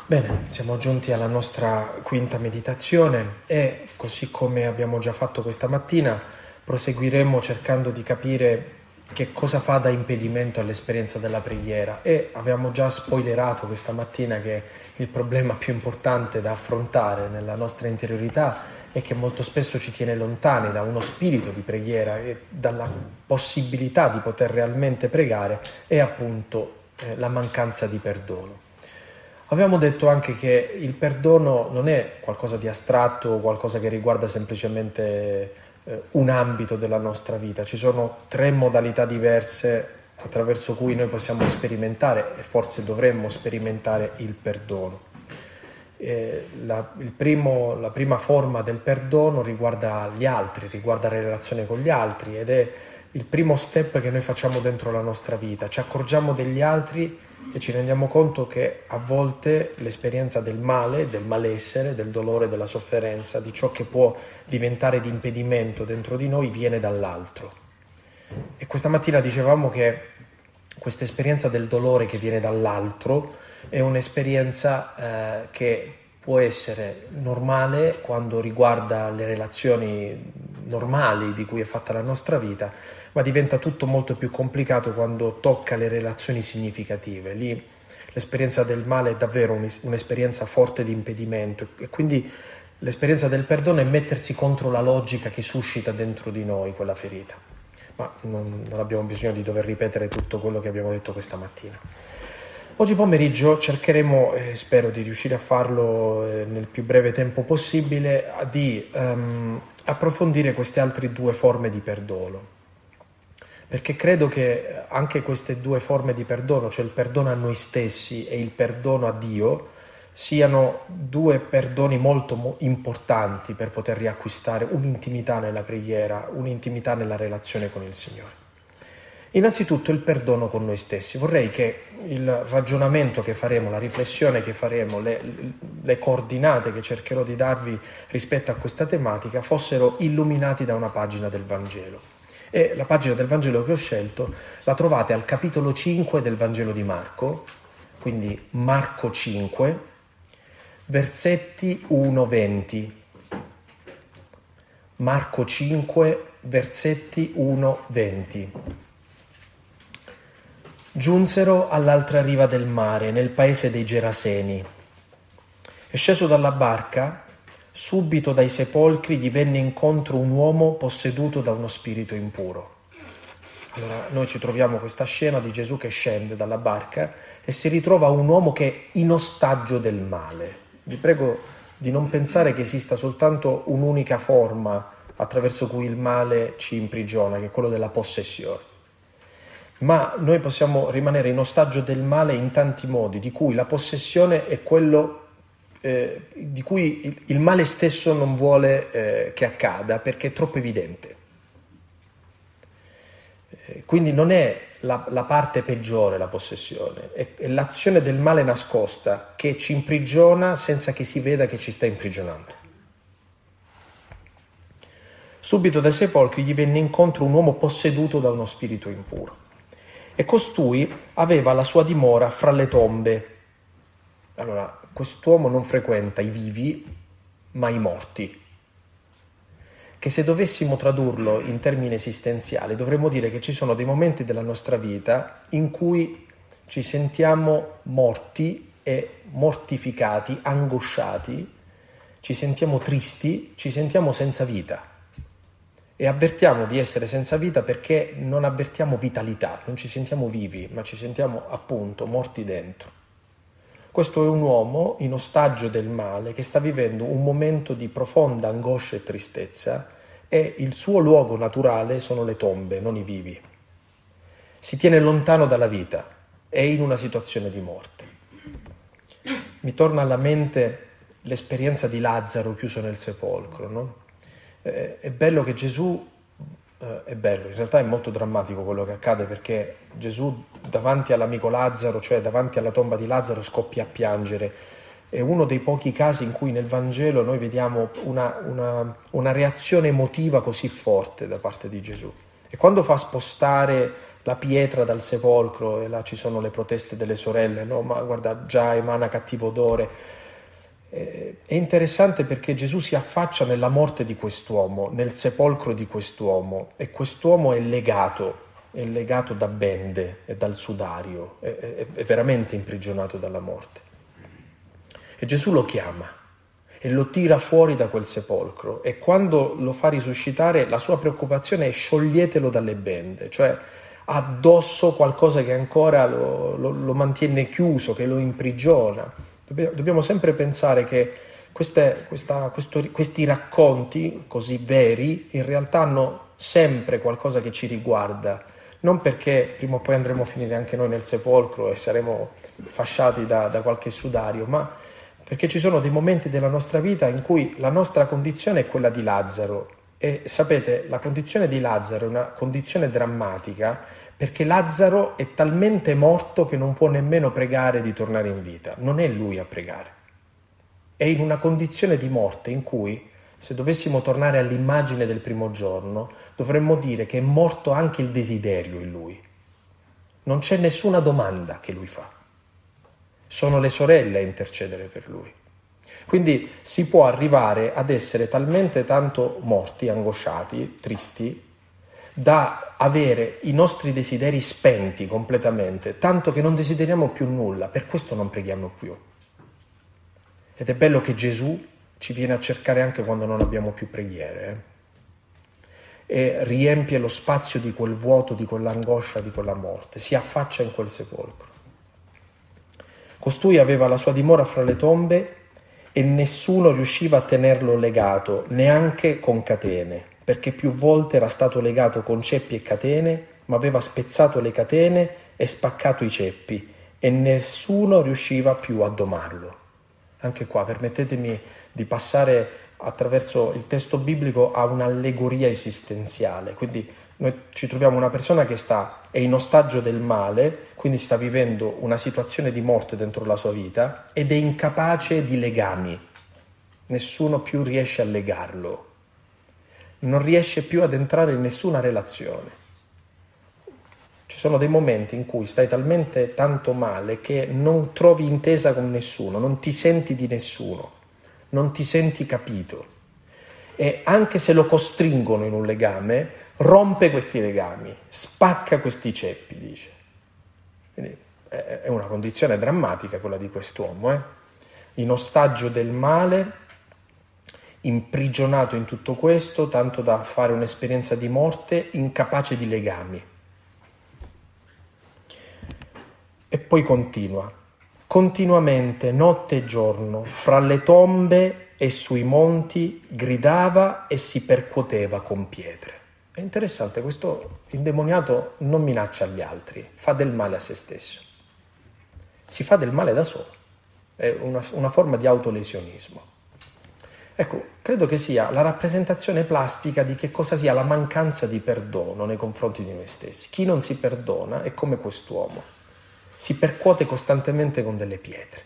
Bene, siamo giunti alla nostra quinta meditazione e, così come abbiamo già fatto questa mattina, proseguiremo cercando di capire che cosa fa da impedimento all'esperienza della preghiera. E abbiamo già spoilerato questa mattina che il problema più importante da affrontare nella nostra interiorità è che molto spesso ci tiene lontani da uno spirito di preghiera e dalla possibilità di poter realmente pregare è appunto la mancanza di perdono. Avevamo detto anche che il perdono non è qualcosa di astratto o qualcosa che riguarda semplicemente un ambito della nostra vita. Ci sono 3 modalità diverse attraverso cui noi possiamo sperimentare e forse dovremmo sperimentare il perdono. La prima forma del perdono riguarda gli altri, riguarda la relazione con gli altri ed è il primo step che noi facciamo dentro la nostra vita. Ci accorgiamo degli altri e ci rendiamo conto che a volte l'esperienza del male, del malessere, del dolore, della sofferenza, di ciò che può diventare di impedimento dentro di noi viene dall'altro. E questa mattina dicevamo che questa esperienza del dolore che viene dall'altro è un'esperienza che può essere normale quando riguarda le relazioni normali di cui è fatta la nostra vita, ma diventa tutto molto più complicato quando tocca le relazioni significative. Lì l'esperienza del male è davvero un'esperienza forte di impedimento e quindi l'esperienza del perdono è mettersi contro la logica che suscita dentro di noi quella ferita. Ma non abbiamo bisogno di dover ripetere tutto quello che abbiamo detto questa mattina. Oggi pomeriggio cercheremo, e spero di riuscire a farlo nel più breve tempo possibile, di approfondire queste altre 2 forme di perdono. Perché credo che anche queste 2 forme di perdono, cioè il perdono a noi stessi e il perdono a Dio, siano 2 perdoni molto importanti per poter riacquistare un'intimità nella preghiera, un'intimità nella relazione con il Signore. Innanzitutto il perdono con noi stessi. Vorrei che il ragionamento che faremo, la riflessione che faremo, le coordinate che cercherò di darvi rispetto a questa tematica fossero illuminati da una pagina del Vangelo. E la pagina del Vangelo che ho scelto la trovate al capitolo 5 del Vangelo di Marco, quindi Marco 5, versetti 1-20. Marco 5, versetti 1-20. Giunsero all'altra riva del mare, nel paese dei Geraseni. E sceso dalla barca, subito dai sepolcri gli venne incontro un uomo posseduto da uno spirito impuro. Allora noi ci troviamo questa scena di Gesù che scende dalla barca e si ritrova un uomo che è in ostaggio del male. Vi prego di non pensare che esista soltanto un'unica forma attraverso cui il male ci imprigiona, che è quello della possessione. Ma noi possiamo rimanere in ostaggio del male in tanti modi, di cui la possessione è quello di cui il male stesso non vuole che accada perché è troppo evidente. Quindi non è la parte peggiore la possessione, è l'azione del male nascosta che ci imprigiona senza che si veda che ci sta imprigionando. Subito dai sepolcri gli venne incontro un uomo posseduto da uno spirito impuro. E costui aveva la sua dimora fra le tombe. Allora, quest'uomo non frequenta i vivi, ma i morti. Che se dovessimo tradurlo in termini esistenziali, dovremmo dire che ci sono dei momenti della nostra vita in cui ci sentiamo morti e mortificati, angosciati, ci sentiamo tristi, ci sentiamo senza vita. E avvertiamo di essere senza vita perché non avvertiamo vitalità, non ci sentiamo vivi, ma ci sentiamo appunto morti dentro. Questo è un uomo in ostaggio del male che sta vivendo un momento di profonda angoscia e tristezza e il suo luogo naturale sono le tombe, non i vivi. Si tiene lontano dalla vita, è in una situazione di morte. Mi torna alla mente l'esperienza di Lazzaro chiuso nel sepolcro, no? È bello che Gesù, è bello, in realtà è molto drammatico quello che accade perché Gesù davanti all'amico Lazzaro, cioè davanti alla tomba di Lazzaro, scoppia a piangere. È uno dei pochi casi in cui nel Vangelo noi vediamo una reazione emotiva così forte da parte di Gesù. E quando fa spostare la pietra dal sepolcro e là ci sono le proteste delle sorelle, no? Ma guarda, già emana cattivo odore. È interessante perché Gesù si affaccia nella morte di quest'uomo, nel sepolcro di quest'uomo, e quest'uomo è legato da bende e dal sudario, è veramente imprigionato dalla morte. E Gesù lo chiama e lo tira fuori da quel sepolcro, e quando lo fa risuscitare la sua preoccupazione è: scioglietelo dalle bende, cioè addosso qualcosa che ancora lo mantiene chiuso, che lo imprigiona. Dobbiamo sempre pensare che questi racconti così veri in realtà hanno sempre qualcosa che ci riguarda, non perché prima o poi andremo a finire anche noi nel sepolcro e saremo fasciati da qualche sudario, ma perché ci sono dei momenti della nostra vita in cui la nostra condizione è quella di Lazzaro. E sapete, la condizione di Lazzaro è una condizione drammatica, perché Lazzaro è talmente morto che non può nemmeno pregare di tornare in vita. Non è lui a pregare. È in una condizione di morte in cui, se dovessimo tornare all'immagine del primo giorno, dovremmo dire che è morto anche il desiderio in lui. Non c'è nessuna domanda che lui fa. Sono le sorelle a intercedere per lui. Quindi si può arrivare ad essere talmente tanto morti, angosciati, tristi, da avere i nostri desideri spenti completamente, tanto che non desideriamo più nulla, per questo non preghiamo più. Ed è bello che Gesù ci viene a cercare anche quando non abbiamo più preghiere, e riempie lo spazio di quel vuoto, di quell'angoscia, di quella morte, si affaccia in quel sepolcro. Costui aveva la sua dimora fra le tombe e nessuno riusciva a tenerlo legato, neanche con catene, perché più volte era stato legato con ceppi e catene, ma aveva spezzato le catene e spaccato i ceppi, e nessuno riusciva più a domarlo. Anche qua, permettetemi di passare attraverso il testo biblico a un'allegoria esistenziale. Quindi noi ci troviamo una persona che è in ostaggio del male, quindi sta vivendo una situazione di morte dentro la sua vita ed è incapace di legami. Nessuno più riesce a legarlo. Non riesce più ad entrare in nessuna relazione. Ci sono dei momenti in cui stai talmente tanto male che non trovi intesa con nessuno, non ti senti di nessuno, non ti senti capito. E anche se lo costringono in un legame, rompe questi legami, spacca questi ceppi, dice. Quindi è una condizione drammatica quella di quest'uomo, in ostaggio del male, imprigionato in tutto questo, tanto da fare un'esperienza di morte, incapace di legami. E poi continuamente, notte e giorno, fra le tombe e sui monti, gridava e si percuoteva con pietre. È interessante, questo indemoniato non minaccia gli altri, fa del male a se stesso. Si fa del male da solo, è una forma di autolesionismo. Ecco, credo che sia la rappresentazione plastica di che cosa sia la mancanza di perdono nei confronti di noi stessi. Chi non si perdona è come quest'uomo, si percuote costantemente con delle pietre.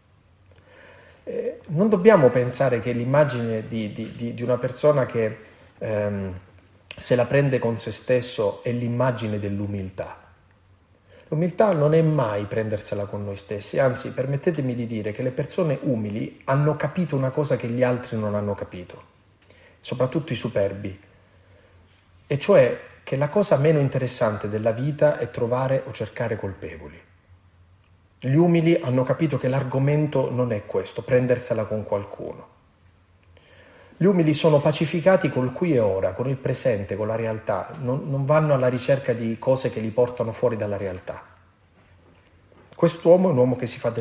Non dobbiamo pensare che l'immagine di una persona che se la prende con se stesso è l'immagine dell'umiltà. L'umiltà non è mai prendersela con noi stessi, anzi, permettetemi di dire che le persone umili hanno capito una cosa che gli altri non hanno capito, soprattutto i superbi, e cioè che la cosa meno interessante della vita è trovare o cercare colpevoli. Gli umili hanno capito che l'argomento non è questo, prendersela con qualcuno. Gli umili sono pacificati col qui e ora, con il presente, con la realtà, non vanno alla ricerca di cose che li portano fuori dalla realtà. Quest'uomo è un uomo che si fa del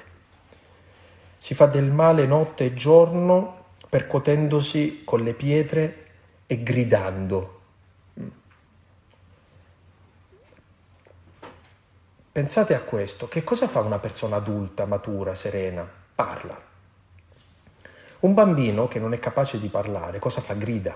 male notte e giorno, percuotendosi con le pietre e gridando. Pensate a questo, che cosa fa una persona adulta, matura, serena? Parla. Un bambino che non è capace di parlare, cosa fa? Grida.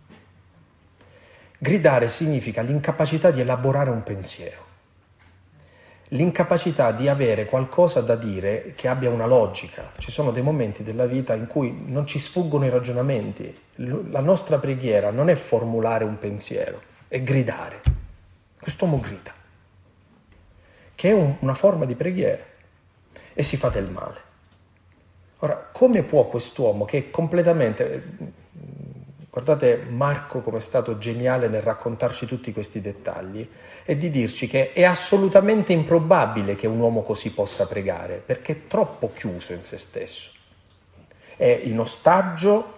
Gridare significa l'incapacità di elaborare un pensiero, l'incapacità di avere qualcosa da dire che abbia una logica. Ci sono dei momenti della vita in cui non ci sfuggono i ragionamenti. La nostra preghiera non è formulare un pensiero, è gridare. Quest'uomo grida, che è una forma di preghiera, e si fa del male. Ora, come può quest'uomo che è completamente... Guardate Marco come è stato geniale nel raccontarci tutti questi dettagli e di dirci che è assolutamente improbabile che un uomo così possa pregare, perché è troppo chiuso in se stesso. È in ostaggio,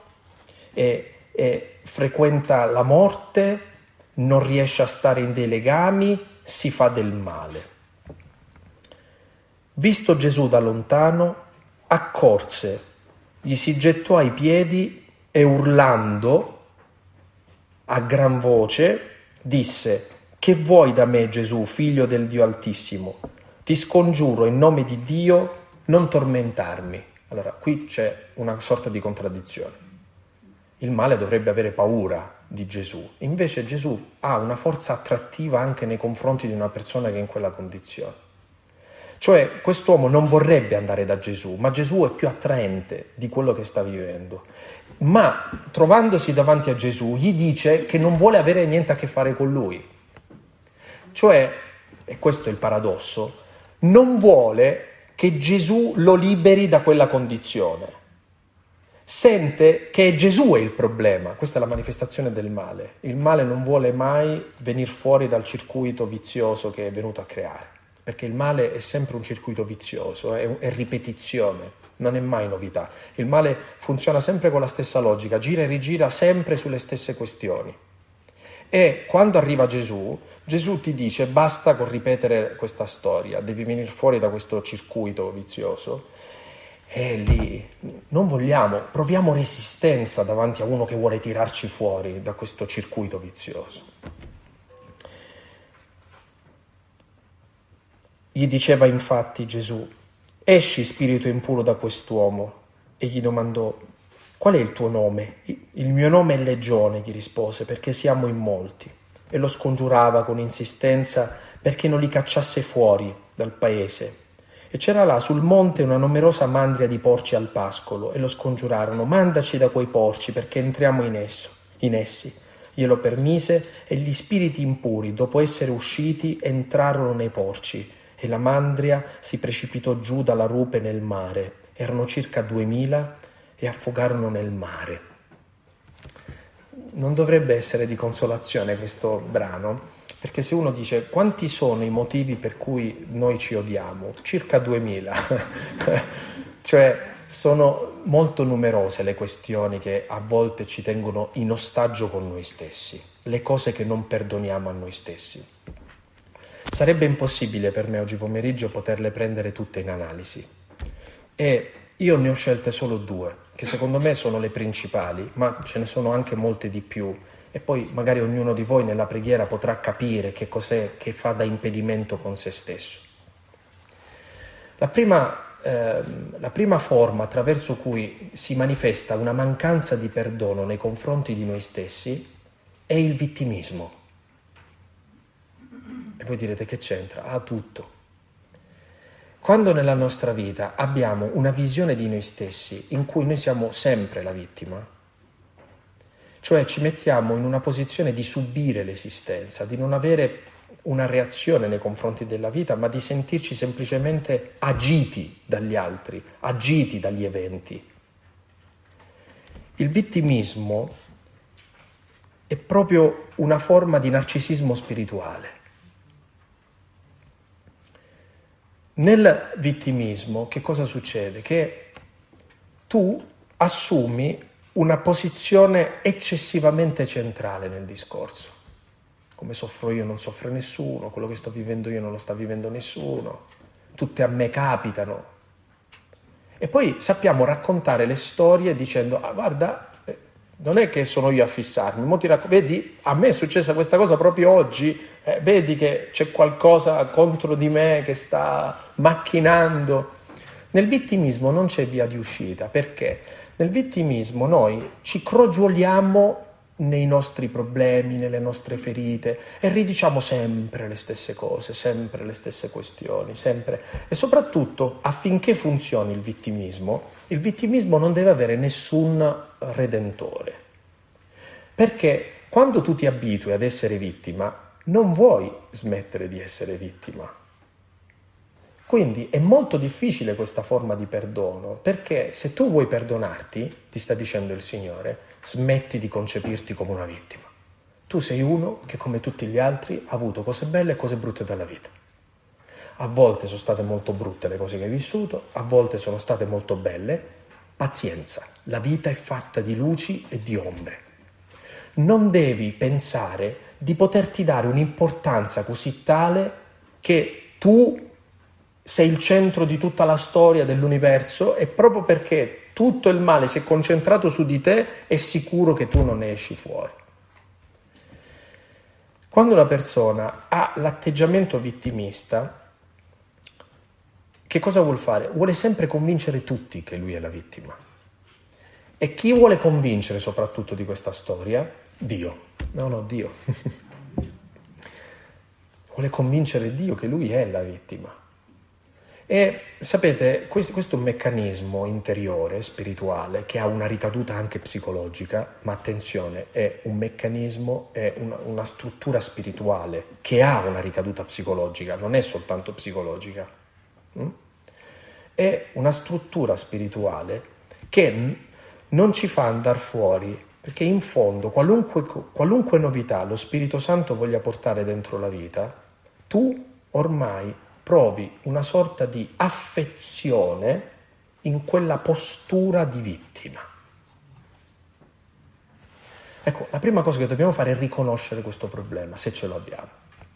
frequenta la morte, non riesce a stare in dei legami, si fa del male. Visto Gesù da lontano, accorse, gli si gettò ai piedi e urlando a gran voce disse: «Che vuoi da me, Gesù, figlio del Dio Altissimo? Ti scongiuro in nome di Dio, non tormentarmi». Allora, qui c'è una sorta di contraddizione. Il male dovrebbe avere paura di Gesù, invece Gesù ha una forza attrattiva anche nei confronti di una persona che è in quella condizione. Cioè, quest'uomo non vorrebbe andare da Gesù, ma Gesù è più attraente di quello che sta vivendo. Ma, trovandosi davanti a Gesù, gli dice che non vuole avere niente a che fare con lui. Cioè, e questo è il paradosso, non vuole che Gesù lo liberi da quella condizione. Sente che Gesù è il problema. Questa è la manifestazione del male. Il male non vuole mai venire fuori dal circuito vizioso che è venuto a creare. Perché il male è sempre un circuito vizioso, è ripetizione, non è mai novità. Il male funziona sempre con la stessa logica, gira e rigira sempre sulle stesse questioni. E quando arriva Gesù, Gesù ti dice: basta con ripetere questa storia, devi venire fuori da questo circuito vizioso. E lì non vogliamo, proviamo resistenza davanti a uno che vuole tirarci fuori da questo circuito vizioso. Gli diceva infatti Gesù: esci spirito impuro da quest'uomo. E gli domandò: qual è il tuo nome? Il mio nome è Legione, gli rispose, perché siamo in molti. E lo scongiurava con insistenza perché non li cacciasse fuori dal paese. E c'era là sul monte una numerosa mandria di porci al pascolo, e lo scongiurarono: mandaci da quei porci perché entriamo in essi. Glielo permise, e gli spiriti impuri, dopo essere usciti, entrarono nei porci. E la mandria si precipitò giù dalla rupe nel mare. Erano circa 2000 e affogarono nel mare. Non dovrebbe essere di consolazione questo brano, perché se uno dice: quanti sono i motivi per cui noi ci odiamo? Circa 2000. Cioè, sono molto numerose le questioni che a volte ci tengono in ostaggio con noi stessi, le cose che non perdoniamo a noi stessi. Sarebbe impossibile per me oggi pomeriggio poterle prendere tutte in analisi, e io ne ho scelte solo 2, che secondo me sono le principali, ma ce ne sono anche molte di più, e poi magari ognuno di voi nella preghiera potrà capire che cos'è che fa da impedimento con se stesso. La prima forma attraverso cui si manifesta una mancanza di perdono nei confronti di noi stessi è il vittimismo. E voi direte: che c'entra? Ah, tutto. Quando nella nostra vita abbiamo una visione di noi stessi in cui noi siamo sempre la vittima, cioè ci mettiamo in una posizione di subire l'esistenza, di non avere una reazione nei confronti della vita, ma di sentirci semplicemente agiti dagli altri, agiti dagli eventi. Il vittimismo è proprio una forma di narcisismo spirituale. Nel vittimismo che cosa succede? Che tu assumi una posizione eccessivamente centrale nel discorso. Come soffro io non soffre nessuno, quello che sto vivendo io non lo sta vivendo nessuno, tutte a me capitano. E poi sappiamo raccontare le storie dicendo: ah, guarda, non è che sono io a fissarmi, vedi, a me è successa questa cosa proprio oggi, vedi che c'è qualcosa contro di me che sta macchinando. Nel vittimismo non c'è via di uscita, perché nel vittimismo noi ci crogioliamo nei nostri problemi, nelle nostre ferite, e ridiciamo sempre le stesse cose, sempre le stesse questioni, sempre. E soprattutto, affinché funzioni il vittimismo non deve avere nessun redentore. Perché quando tu ti abitui ad essere vittima, non vuoi smettere di essere vittima. Quindi è molto difficile questa forma di perdono, perché se tu vuoi perdonarti, ti sta dicendo il Signore, smetti di concepirti come una vittima. Tu sei uno che, come tutti gli altri, ha avuto cose belle e cose brutte dalla vita. A volte sono state molto brutte le cose che hai vissuto, a volte sono state molto belle. Pazienza, la vita è fatta di luci e di ombre. Non devi pensare di poterti dare un'importanza così tale che tu sei il centro di tutta la storia dell'universo e proprio perché tutto il male si è concentrato su di te è sicuro che tu non ne esci fuori. Quando una persona ha l'atteggiamento vittimista, che cosa vuol fare? Vuole sempre convincere tutti che lui è la vittima. E chi vuole convincere soprattutto di questa storia? Dio. Dio. Vuole convincere Dio che lui è la vittima. E sapete, questo è un meccanismo interiore, spirituale, che ha una ricaduta anche psicologica, ma attenzione, è un meccanismo, è una struttura spirituale che ha una ricaduta psicologica, non è soltanto psicologica. È una struttura spirituale che non ci fa andare fuori, perché in fondo qualunque novità lo Spirito Santo voglia portare dentro la vita, tu ormai provi una sorta di affezione in quella postura di vittima. Ecco, la prima cosa che dobbiamo fare è riconoscere questo problema, se ce lo abbiamo.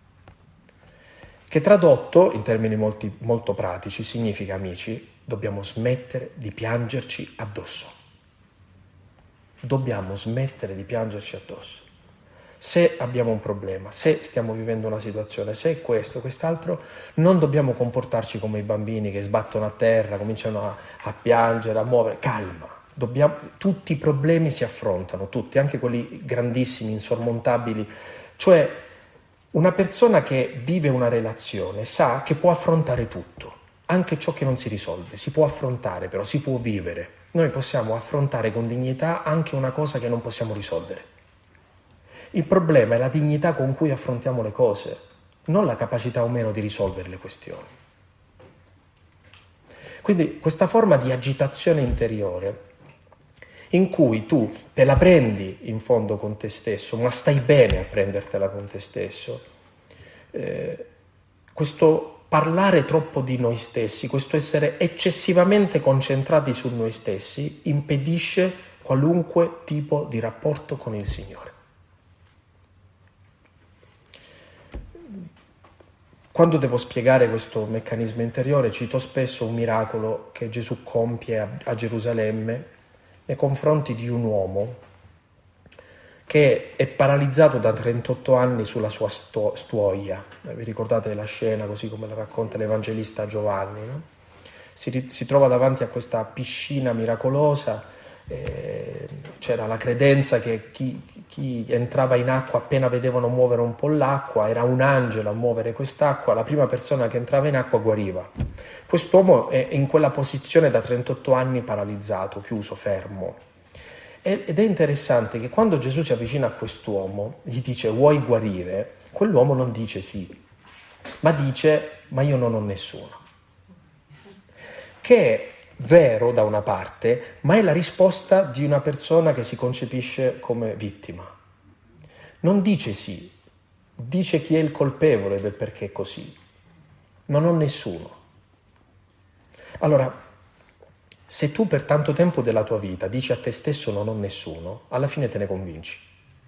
Che tradotto, in termini molto pratici, significa, amici, dobbiamo smettere di piangerci addosso. Dobbiamo smettere di piangerci addosso. Se abbiamo un problema, se stiamo vivendo una situazione, se è questo, quest'altro, non dobbiamo comportarci come i bambini che sbattono a terra, cominciano a piangere, a muovere. Calma, tutti i problemi si affrontano, tutti, anche quelli grandissimi, insormontabili. Cioè, una persona che vive una relazione sa che può affrontare tutto, anche ciò che non si risolve, si può affrontare però, si può vivere. Noi possiamo affrontare con dignità anche una cosa che non possiamo risolvere. Il problema è la dignità con cui affrontiamo le cose, non la capacità o meno di risolvere le questioni. Quindi questa forma di agitazione interiore, in cui tu te la prendi in fondo con te stesso, ma stai bene a prendertela con te stesso, questo parlare troppo di noi stessi, questo essere eccessivamente concentrati su noi stessi, impedisce qualunque tipo di rapporto con il Signore. Quando devo spiegare questo meccanismo interiore, cito spesso un miracolo che Gesù compie a Gerusalemme nei confronti di un uomo che è paralizzato da 38 anni sulla sua stuoia. Vi ricordate la scena così come la racconta l'Evangelista Giovanni, no? Si trova davanti a questa piscina miracolosa, c'era la credenza che chi entrava in acqua appena vedevano muovere un po' l'acqua era un angelo a muovere quest'acqua, la prima persona che entrava in acqua guariva. Quest'uomo è in quella posizione da 38 anni paralizzato, chiuso, fermo. Ed è interessante che quando Gesù si avvicina a quest'uomo, gli dice vuoi guarire, quell'uomo non dice sì, ma dice ma io non ho nessuno. Che è vero da una parte, ma è la risposta di una persona che si concepisce come vittima. Non dice sì, dice chi è il colpevole del perché è così. Non ho nessuno. Allora, se tu per tanto tempo della tua vita dici a te stesso non ho nessuno, alla fine te ne convinci.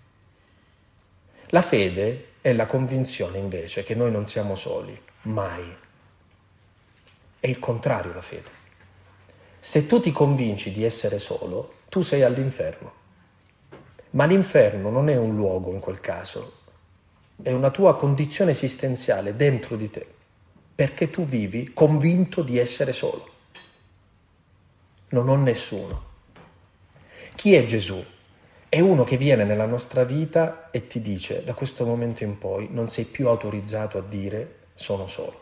La fede è la convinzione invece che noi non siamo soli, mai. È il contrario la fede. Se tu ti convinci di essere solo, tu sei all'inferno. Ma l'inferno non è un luogo in quel caso, è una tua condizione esistenziale dentro di te, perché tu vivi convinto di essere solo. Non ho nessuno. Chi è Gesù? È uno che viene nella nostra vita e ti dice, da questo momento in poi non sei più autorizzato a dire sono solo.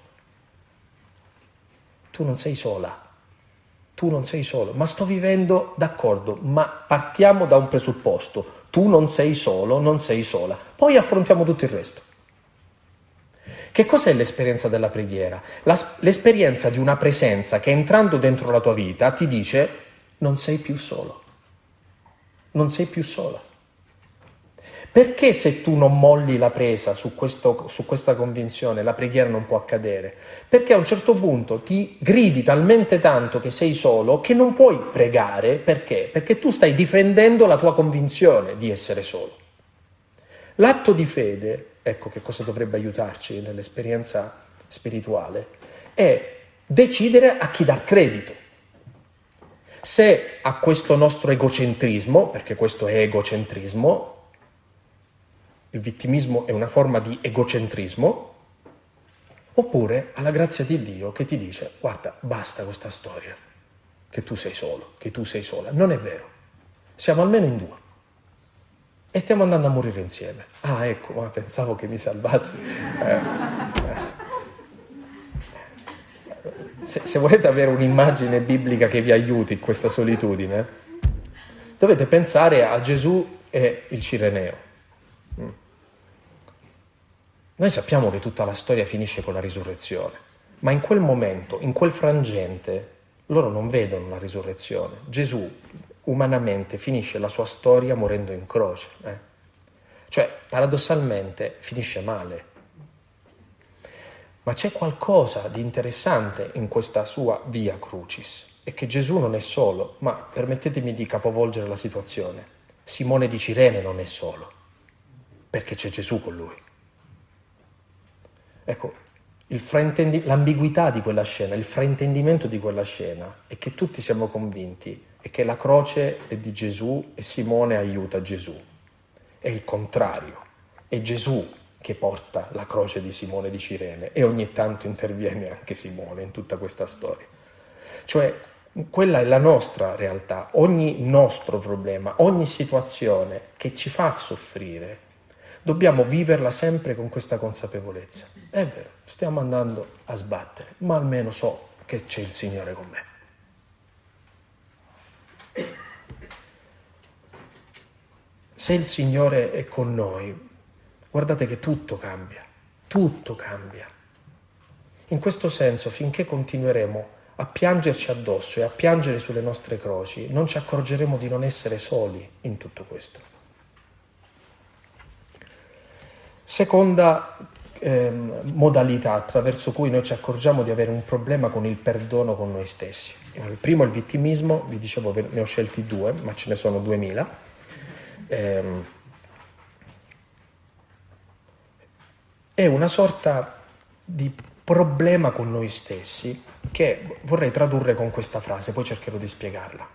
Tu non sei sola. Tu non sei solo, ma sto vivendo, d'accordo, ma partiamo da un presupposto. Tu non sei solo, non sei sola. Poi affrontiamo tutto il resto. Che cos'è l'esperienza della preghiera? L'esperienza di una presenza che entrando dentro la tua vita ti dice non sei più solo, non sei più sola. Perché se tu non molli la presa su questa convinzione la preghiera non può accadere? Perché a un certo punto ti gridi talmente tanto che sei solo che non puoi pregare. Perché? Perché tu stai difendendo la tua convinzione di essere solo. L'atto di fede, ecco che cosa dovrebbe aiutarci nell'esperienza spirituale, è decidere a chi dar credito. Se a questo nostro egocentrismo, perché questo è egocentrismo, il vittimismo è una forma di egocentrismo, oppure alla grazia di Dio che ti dice guarda, basta questa storia, che tu sei solo, che tu sei sola. Non è vero, siamo almeno in due e stiamo andando a morire insieme. Ah, ecco, ma pensavo che mi salvassi. Se volete avere un'immagine biblica che vi aiuti in questa solitudine, dovete pensare a Gesù e il Cireneo. Noi sappiamo che tutta la storia finisce con la risurrezione, ma in quel momento, in quel frangente, loro non vedono la risurrezione. Gesù umanamente finisce la sua storia morendo in croce. Cioè, paradossalmente, finisce male. Ma c'è qualcosa di interessante in questa sua via crucis, è che Gesù non è solo, ma permettetemi di capovolgere la situazione. Simone di Cirene non è solo, perché c'è Gesù con lui. Ecco, l'ambiguità di quella scena, il fraintendimento di quella scena è che tutti siamo convinti è che la croce è di Gesù e Simone aiuta Gesù. È il contrario, è Gesù che porta la croce di Simone di Cirene e ogni tanto interviene anche Simone in tutta questa storia. Cioè, quella è la nostra realtà, ogni nostro problema, ogni situazione che ci fa soffrire, dobbiamo viverla sempre con questa consapevolezza. È vero, stiamo andando a sbattere, ma almeno so che c'è il Signore con me. Se il Signore è con noi, guardate che tutto cambia, tutto cambia. In questo senso, finché continueremo a piangerci addosso e a piangere sulle nostre croci, non ci accorgeremo di non essere soli in tutto questo. Seconda modalità attraverso cui noi ci accorgiamo di avere un problema con il perdono con noi stessi. Il primo è il vittimismo, vi dicevo ne ho scelti 2, ma ce ne sono 2000. È una sorta di problema con noi stessi che vorrei tradurre con questa frase, poi cercherò di spiegarla.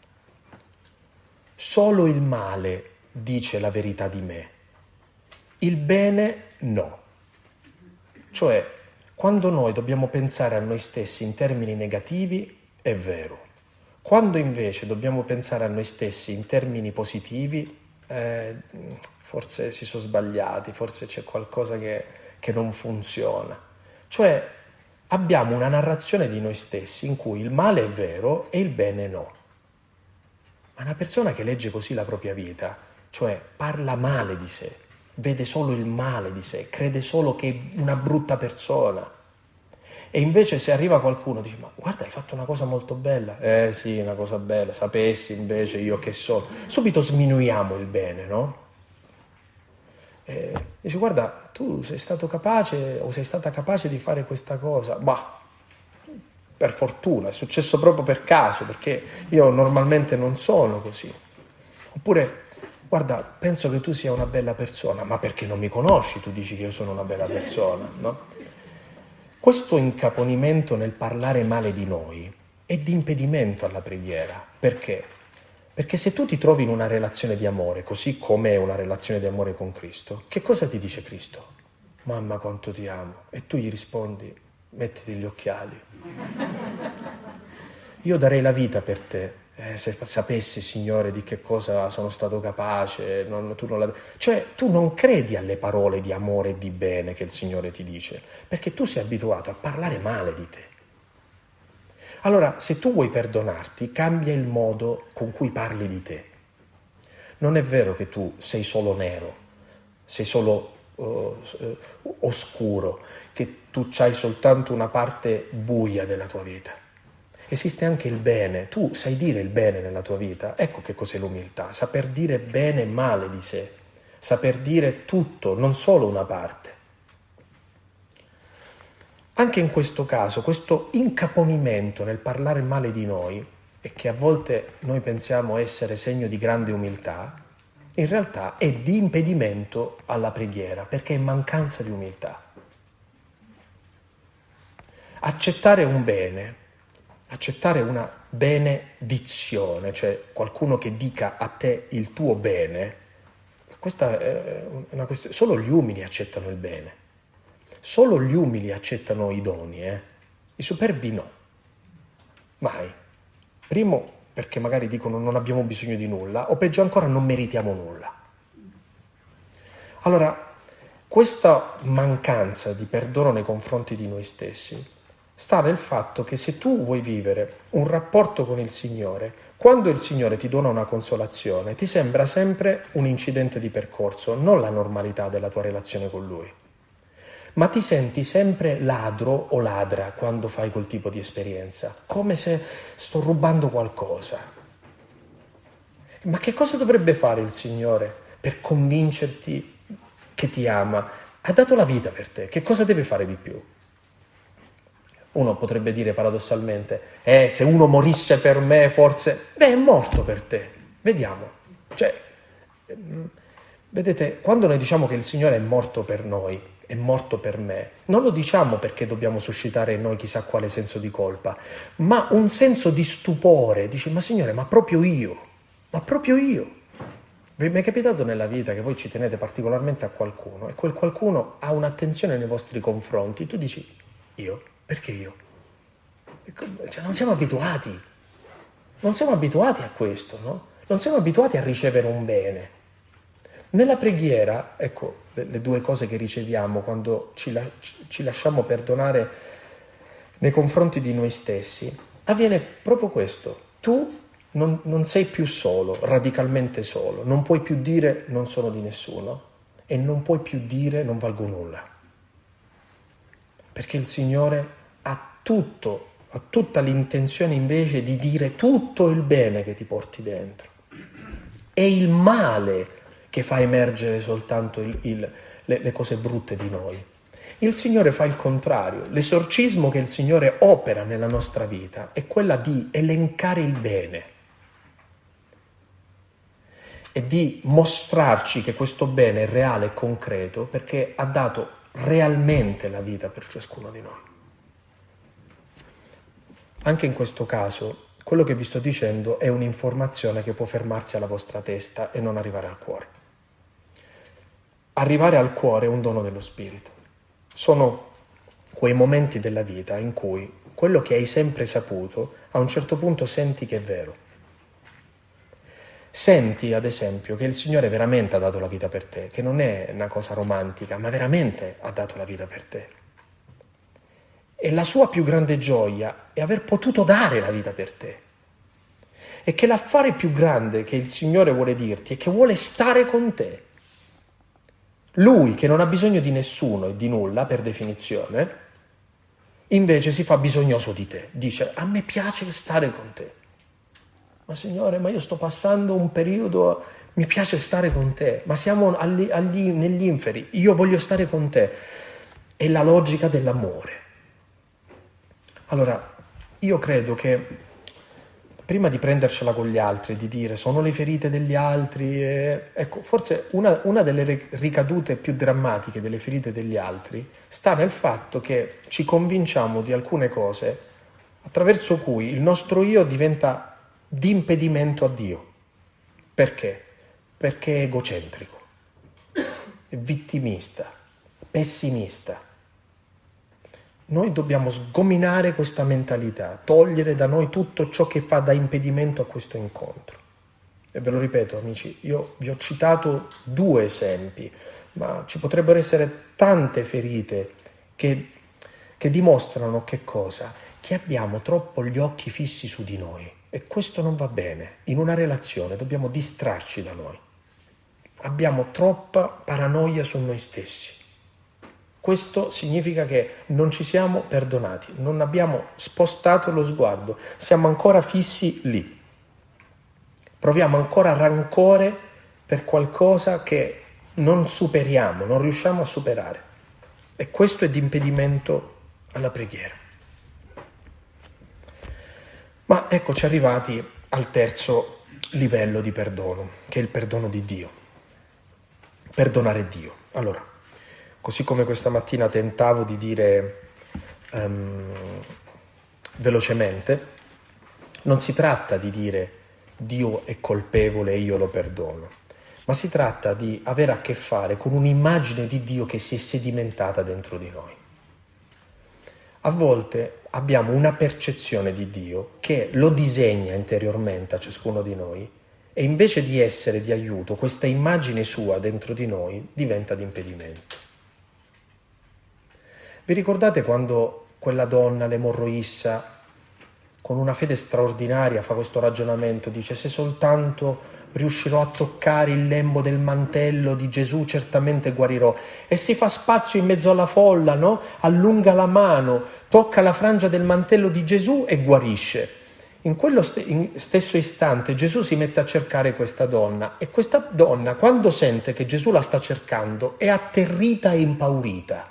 Solo il male dice la verità di me, il bene no. Cioè, quando noi dobbiamo pensare a noi stessi in termini negativi, è vero. Quando invece dobbiamo pensare a noi stessi in termini positivi, forse si sono sbagliati, forse c'è qualcosa che non funziona. Cioè, abbiamo una narrazione di noi stessi in cui il male è vero e il bene no. Ma una persona che legge così la propria vita, cioè parla male di sé, vede solo il male di sé, crede solo che è una brutta persona. E invece se arriva qualcuno e dice ma guarda hai fatto una cosa molto bella, sì una cosa bella, sapessi invece io che sono, subito sminuiamo il bene, no? Dice guarda tu sei stato capace o sei stata capace di fare questa cosa, ma per fortuna, è successo proprio per caso, perché io normalmente non sono così. Oppure guarda, penso che tu sia una bella persona, ma perché non mi conosci tu dici che io sono una bella persona, no? Questo incaponimento nel parlare male di noi è di impedimento alla preghiera. Perché? Perché se tu ti trovi in una relazione di amore, così come è una relazione di amore con Cristo, che cosa ti dice Cristo? Mamma quanto ti amo. E tu gli rispondi, mettiti gli occhiali. Io darei la vita per te. Se sapessi, Signore, di che cosa sono stato capace, cioè tu non credi alle parole di amore e di bene che il Signore ti dice, perché tu sei abituato a parlare male di te. Allora, se tu vuoi perdonarti, cambia il modo con cui parli di te. Non è vero che tu sei solo nero, sei solo oscuro, che tu c'hai soltanto una parte buia della tua vita. Esiste anche il bene, tu sai dire il bene nella tua vita. Ecco che cos'è l'umiltà, saper dire bene e male di sé, saper dire tutto, non solo una parte. Anche in questo caso, questo incaponimento nel parlare male di noi, e che a volte noi pensiamo essere segno di grande umiltà, in realtà è di impedimento alla preghiera, perché è mancanza di umiltà. Accettare un bene, accettare una benedizione, cioè qualcuno che dica a te il tuo bene, questa è una questione. Solo gli umili accettano il bene, solo gli umili accettano i doni, I superbi no, mai. Primo, perché magari dicono non abbiamo bisogno di nulla, o peggio ancora non meritiamo nulla. Allora, questa mancanza di perdono nei confronti di noi stessi sta nel fatto che se tu vuoi vivere un rapporto con il Signore, quando il Signore ti dona una consolazione, ti sembra sempre un incidente di percorso, non la normalità della tua relazione con Lui. Ma ti senti sempre ladro o ladra quando fai quel tipo di esperienza, come se sto rubando qualcosa. Ma che cosa dovrebbe fare il Signore per convincerti che ti ama? Ha dato la vita per te, che cosa deve fare di più? Uno potrebbe dire paradossalmente, se uno morisse per me forse, è morto per te, vediamo. Cioè, vedete, quando noi diciamo che il Signore è morto per noi, è morto per me, non lo diciamo perché dobbiamo suscitare in noi chissà quale senso di colpa, ma un senso di stupore. Dici, ma Signore, ma proprio io? Vi è mai capitato nella vita che voi ci tenete particolarmente a qualcuno e quel qualcuno ha un'attenzione nei vostri confronti? Tu dici, io? Perché io? Cioè, non siamo abituati a questo, no? Non siamo abituati a ricevere un bene. Nella preghiera, ecco le due cose che riceviamo quando ci lasciamo perdonare nei confronti di noi stessi, avviene proprio questo. Tu non sei più solo, radicalmente solo, non puoi più dire non sono di nessuno e non puoi più dire non valgo nulla. Perché il Signore ha tutta l'intenzione invece di dire tutto il bene che ti porti dentro. È il male che fa emergere soltanto le cose brutte di noi. Il Signore fa il contrario. L'esorcismo che il Signore opera nella nostra vita è quella di elencare il bene e di mostrarci che questo bene è reale e concreto perché ha dato realmente la vita per ciascuno di noi. Anche in questo caso, quello che vi sto dicendo è un'informazione che può fermarsi alla vostra testa e non arrivare al cuore. Arrivare al cuore è un dono dello Spirito. Sono quei momenti della vita in cui quello che hai sempre saputo, a un certo punto senti che è vero. Senti, ad esempio, che il Signore veramente ha dato la vita per te, che non è una cosa romantica, ma veramente ha dato la vita per te. E la sua più grande gioia è aver potuto dare la vita per te. E che l'affare più grande che il Signore vuole dirti è che vuole stare con te. Lui, che non ha bisogno di nessuno e di nulla, per definizione, invece si fa bisognoso di te. Dice, a me piace stare con te. Ma Signore, ma io sto passando un periodo, mi piace stare con te, ma siamo negli inferi, io voglio stare con te. È la logica dell'amore. Allora, io credo che prima di prendercela con gli altri, di dire sono le ferite degli altri, ecco, forse una delle ricadute più drammatiche delle ferite degli altri sta nel fatto che ci convinciamo di alcune cose attraverso cui il nostro io diventa di impedimento a Dio. Perché? Perché è egocentrico, è vittimista, pessimista. Noi dobbiamo sgominare questa mentalità, togliere da noi tutto ciò che fa da impedimento a questo incontro. E ve lo ripeto, amici, io vi ho citato 2 esempi, ma ci potrebbero essere tante ferite che dimostrano che cosa? Che abbiamo troppo gli occhi fissi su di noi. E questo non va bene. In una relazione dobbiamo distrarci da noi. abbiamo troppa paranoia su noi stessi. Questo significa che non ci siamo perdonati, non abbiamo spostato lo sguardo, siamo ancora fissi lì. Proviamo ancora rancore per qualcosa che non superiamo, non riusciamo a superare. E questo è di impedimento alla preghiera. Ma eccoci arrivati al terzo livello di perdono, che è il perdono di Dio. Perdonare Dio. Allora, così come questa mattina tentavo di dire velocemente, non si tratta di dire Dio è colpevole e io lo perdono, ma si tratta di avere a che fare con un'immagine di Dio che si è sedimentata dentro di noi. A volte abbiamo una percezione di Dio che lo disegna interiormente a ciascuno di noi e invece di essere di aiuto, questa immagine sua dentro di noi diventa di impedimento. Vi ricordate quando quella donna, l'emorroissa, con una fede straordinaria fa questo ragionamento, dice: se soltanto riuscirò a toccare il lembo del mantello di Gesù certamente guarirò, e si fa spazio in mezzo alla folla, no? Allunga la mano, tocca la frangia del mantello di Gesù e guarisce. In quello stesso istante Gesù si mette a cercare questa donna, e questa donna, quando sente che Gesù la sta cercando, è atterrita e impaurita.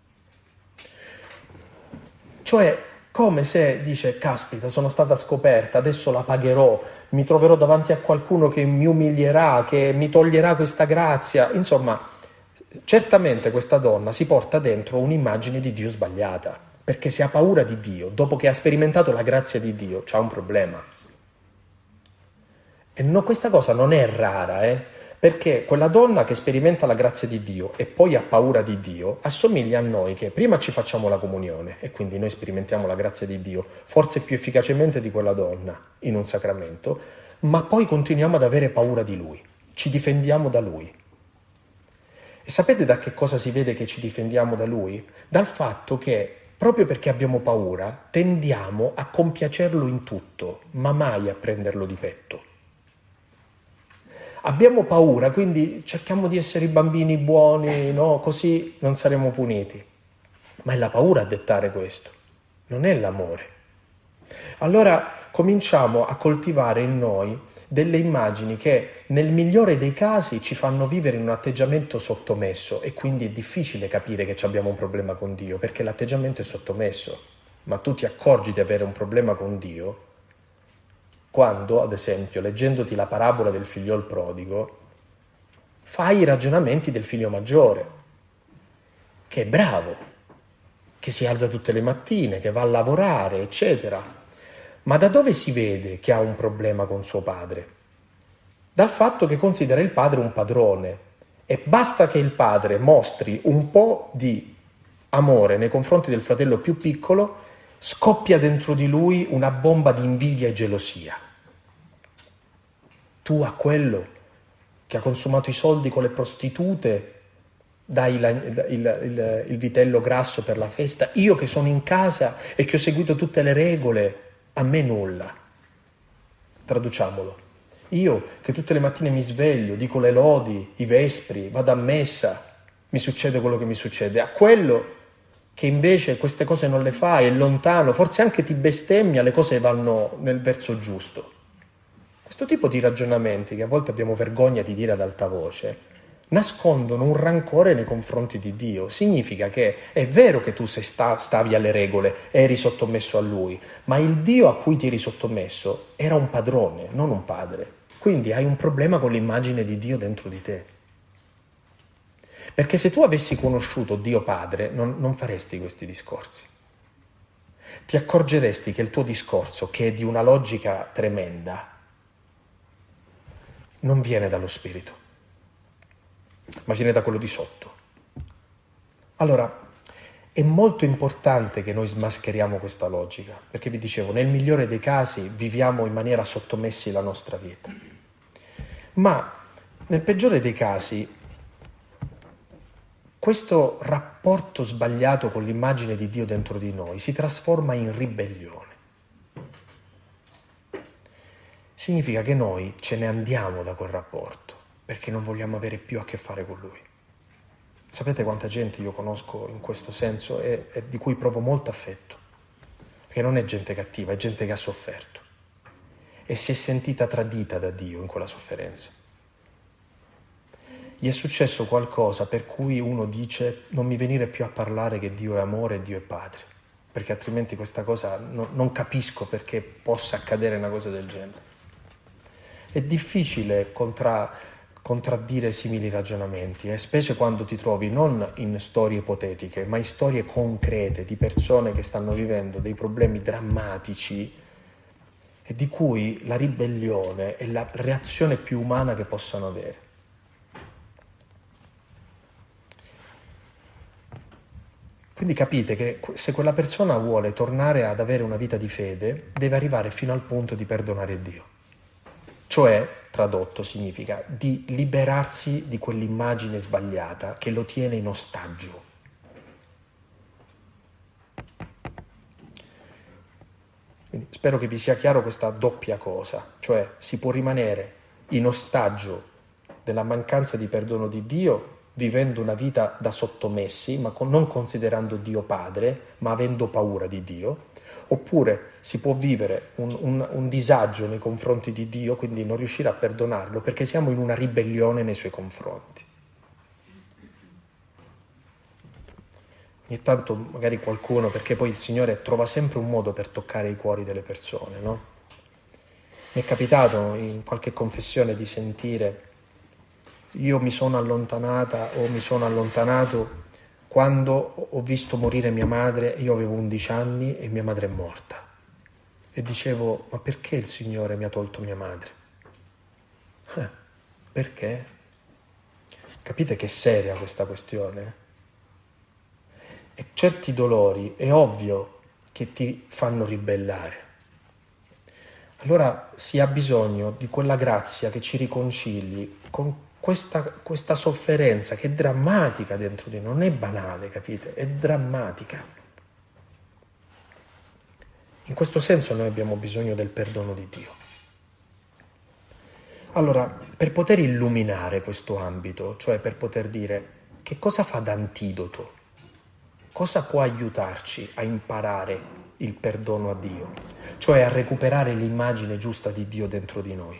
Cioè, come se dice: caspita, sono stata scoperta, adesso la pagherò, mi troverò davanti a qualcuno che mi umilierà, che mi toglierà questa grazia. Insomma, certamente questa donna si porta dentro un'immagine di Dio sbagliata, perché se ha paura di Dio, dopo che ha sperimentato la grazia di Dio, c'ha un problema. E no, questa cosa non è rara, perché quella donna che sperimenta la grazia di Dio e poi ha paura di Dio assomiglia a noi che prima ci facciamo la comunione e quindi noi sperimentiamo la grazia di Dio forse più efficacemente di quella donna in un sacramento, ma poi continuiamo ad avere paura di Lui, ci difendiamo da Lui. E sapete da che cosa si vede che ci difendiamo da Lui? Dal fatto che proprio perché abbiamo paura tendiamo a compiacerlo in tutto, ma mai a prenderlo di petto. Abbiamo paura, quindi cerchiamo di essere i bambini buoni, no? Così non saremo puniti. Ma è la paura a dettare questo, non è l'amore. Allora cominciamo a coltivare in noi delle immagini che nel migliore dei casi ci fanno vivere in un atteggiamento sottomesso, e quindi è difficile capire che abbiamo un problema con Dio, perché l'atteggiamento è sottomesso. Ma tu ti accorgi di avere un problema con Dio quando, ad esempio, leggendoti la parabola del figliol prodigo, fai i ragionamenti del figlio maggiore, che è bravo, che si alza tutte le mattine, che va a lavorare, eccetera. Ma da dove si vede che ha un problema con suo padre? Dal fatto che considera il padre un padrone, e basta che il padre mostri un po' di amore nei confronti del fratello più piccolo, scoppia dentro di lui una bomba di invidia e gelosia. Tu a quello che ha consumato i soldi con le prostitute dai il vitello grasso per la festa, io che sono in casa e che ho seguito tutte le regole, a me nulla. Traduciamolo. Io che tutte le mattine mi sveglio, dico le lodi, i vespri, vado a messa, mi succede quello che mi succede. A quello che invece queste cose non le fa, è lontano, forse anche ti bestemmia, le cose vanno nel verso giusto. Questo tipo di ragionamenti, che a volte abbiamo vergogna di dire ad alta voce, nascondono un rancore nei confronti di Dio. Significa che è vero che tu stavi alle regole, eri sottomesso a Lui, ma il Dio a cui ti eri sottomesso era un padrone, non un padre. Quindi hai un problema con l'immagine di Dio dentro di te. Perché se tu avessi conosciuto Dio Padre, non faresti questi discorsi. Ti accorgeresti che il tuo discorso, che è di una logica tremenda, non viene dallo spirito, ma viene da quello di sotto. Allora, è molto importante che noi smascheriamo questa logica, perché vi dicevo, nel migliore dei casi viviamo in maniera sottomessi la nostra vita. Ma nel peggiore dei casi, questo rapporto sbagliato con l'immagine di Dio dentro di noi si trasforma in ribellione. Significa che noi ce ne andiamo da quel rapporto, perché non vogliamo avere più a che fare con lui. Sapete quanta gente io conosco in questo senso e di cui provo molto affetto, perché non è gente cattiva, è gente che ha sofferto e si è sentita tradita da Dio in quella sofferenza. Gli è successo qualcosa per cui uno dice: non mi venire più a parlare che Dio è amore e Dio è Padre, perché altrimenti questa cosa non capisco perché possa accadere una cosa del genere. È difficile contraddire simili ragionamenti, specie quando ti trovi non in storie ipotetiche, ma in storie concrete di persone che stanno vivendo dei problemi drammatici e di cui la ribellione è la reazione più umana che possano avere. Quindi capite che se quella persona vuole tornare ad avere una vita di fede, deve arrivare fino al punto di perdonare Dio. Cioè, tradotto, significa di liberarsi di quell'immagine sbagliata che lo tiene in ostaggio. Quindi spero che vi sia chiaro questa doppia cosa, cioè si può rimanere in ostaggio della mancanza di perdono di Dio vivendo una vita da sottomessi, ma non considerando Dio Padre, ma avendo paura di Dio, oppure si può vivere un disagio nei confronti di Dio, quindi non riuscire a perdonarlo, perché siamo in una ribellione nei suoi confronti. Ogni tanto magari qualcuno, perché poi il Signore trova sempre un modo per toccare i cuori delle persone, no? Mi è capitato in qualche confessione di sentire: io mi sono allontanata o mi sono allontanato quando ho visto morire mia madre, io avevo 11 anni e mia madre è morta. E dicevo: ma perché il Signore mi ha tolto mia madre? Perché? Capite che seria questa questione? E certi dolori è ovvio che ti fanno ribellare. Allora si ha bisogno di quella grazia che ci riconcili con questa sofferenza che è drammatica dentro di noi, non è banale, capite? È drammatica. In questo senso noi abbiamo bisogno del perdono di Dio. Allora, per poter illuminare questo ambito, cioè per poter dire che cosa fa da antidoto, cosa può aiutarci a imparare il perdono a Dio, cioè a recuperare l'immagine giusta di Dio dentro di noi.